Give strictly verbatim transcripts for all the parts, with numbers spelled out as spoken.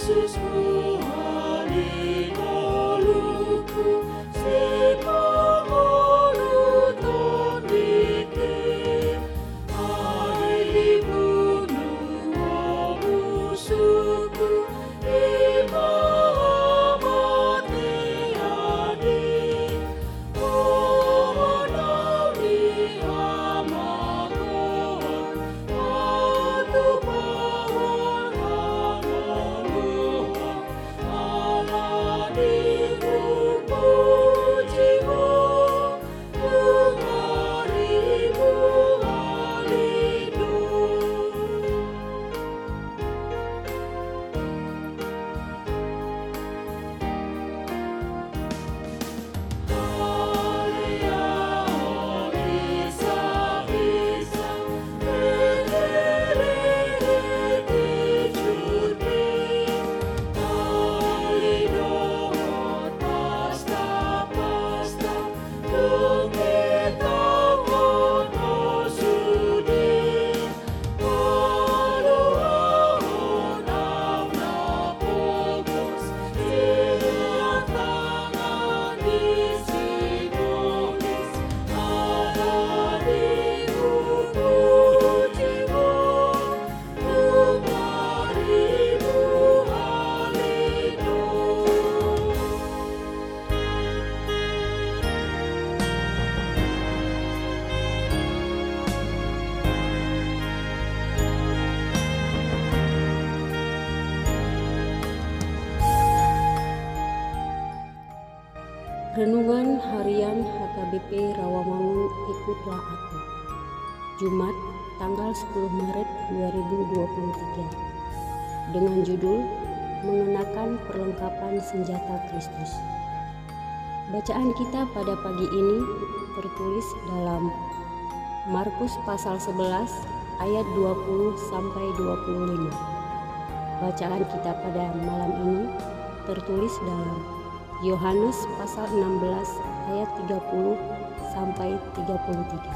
Renungan Harian H K B P Rawamangun, Ikutlah Aku. Jumat, tanggal sepuluh Maret dua ribu dua puluh tiga. Dengan judul Mengenakan Perlengkapan Senjata Kristus. Bacaan kita pada pagi ini tertulis dalam Markus pasal sebelas ayat dua puluh sampai dua puluh lima. Bacaan kita pada malam ini tertulis dalam Yohanes pasal enam belas ayat tiga puluh sampai tiga puluh tiga.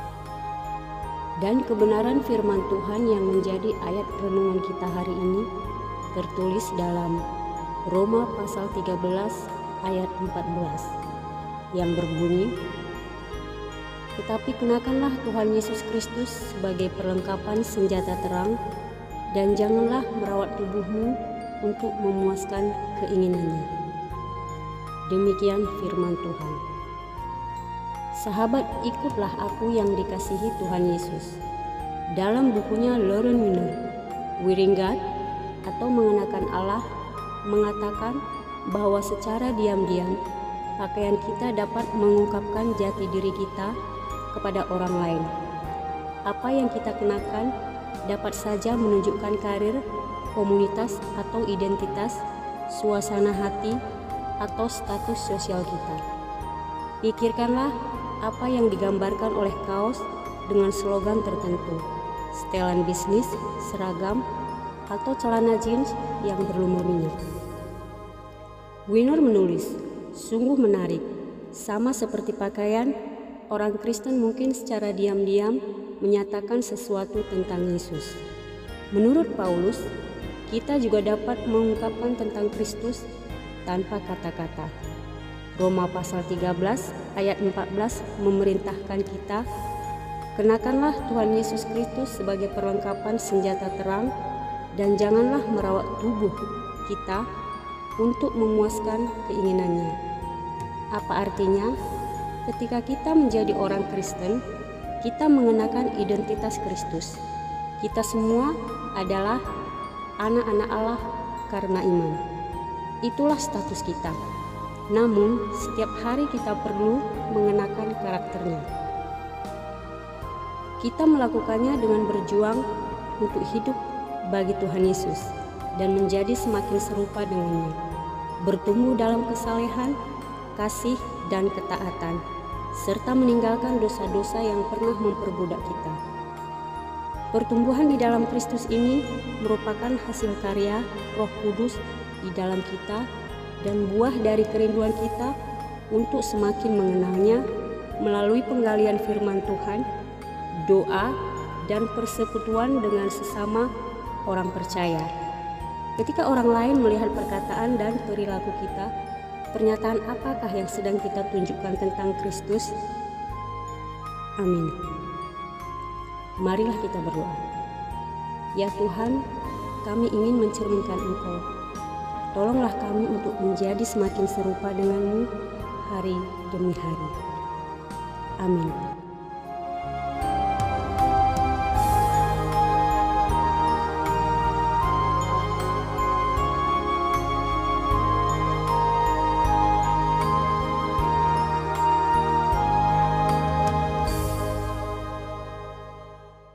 Dan kebenaran firman Tuhan yang menjadi ayat renungan kita hari ini tertulis dalam Roma pasal tiga belas ayat empat belas yang berbunyi, "Tetapi kenakanlah Tuhan Yesus Kristus sebagai perlengkapan senjata terang, dan janganlah merawat tubuhmu untuk memuaskan keinginannya." Demikian firman Tuhan. Sahabat, ikutlah aku yang dikasihi Tuhan Yesus. Dalam bukunya Loren Wiener, Wearing God atau Mengenakan Allah, mengatakan bahwa secara diam-diam pakaian kita dapat mengungkapkan jati diri kita kepada orang lain. Apa yang kita kenakan dapat saja menunjukkan karir, komunitas atau identitas, suasana hati, atau status sosial kita. Pikirkanlah apa yang digambarkan oleh kaos dengan slogan tertentu, setelan bisnis, seragam, atau celana jeans yang berlumur minyak. Wiener menulis, sungguh menarik, sama seperti pakaian, orang Kristen mungkin secara diam-diam menyatakan sesuatu tentang Yesus. Menurut Paulus, kita juga dapat mengungkapkan tentang Kristus tanpa kata-kata. Roma pasal tiga belas ayat empat belas memerintahkan kita, kenakanlah Tuhan Yesus Kristus sebagai perlengkapan senjata terang, dan janganlah merawat tubuh kita untuk memuaskan keinginannya. Apa artinya? Ketika kita menjadi orang Kristen, kita mengenakan identitas Kristus. Kita semua adalah anak-anak Allah karena iman. Itulah status kita. Namun, setiap hari kita perlu mengenakan karakternya. Kita melakukannya dengan berjuang untuk hidup bagi Tuhan Yesus dan menjadi semakin serupa dengannya, bertumbuh dalam kesalehan, kasih, dan ketaatan, serta meninggalkan dosa-dosa yang pernah memperbudak kita. Pertumbuhan di dalam Kristus ini merupakan hasil karya Roh Kudus di dalam kita dan buah dari kerinduan kita untuk semakin mengenalnya melalui penggalian firman Tuhan, doa, dan persekutuan dengan sesama orang percaya. Ketika orang lain melihat perkataan dan perilaku kita, pernyataan apakah yang sedang kita tunjukkan tentang Kristus? Amin. Marilah kita berdoa. Ya Tuhan, kami ingin mencerminkan Engkau. Tolonglah kami untuk menjadi semakin serupa denganmu hari demi hari. Amin.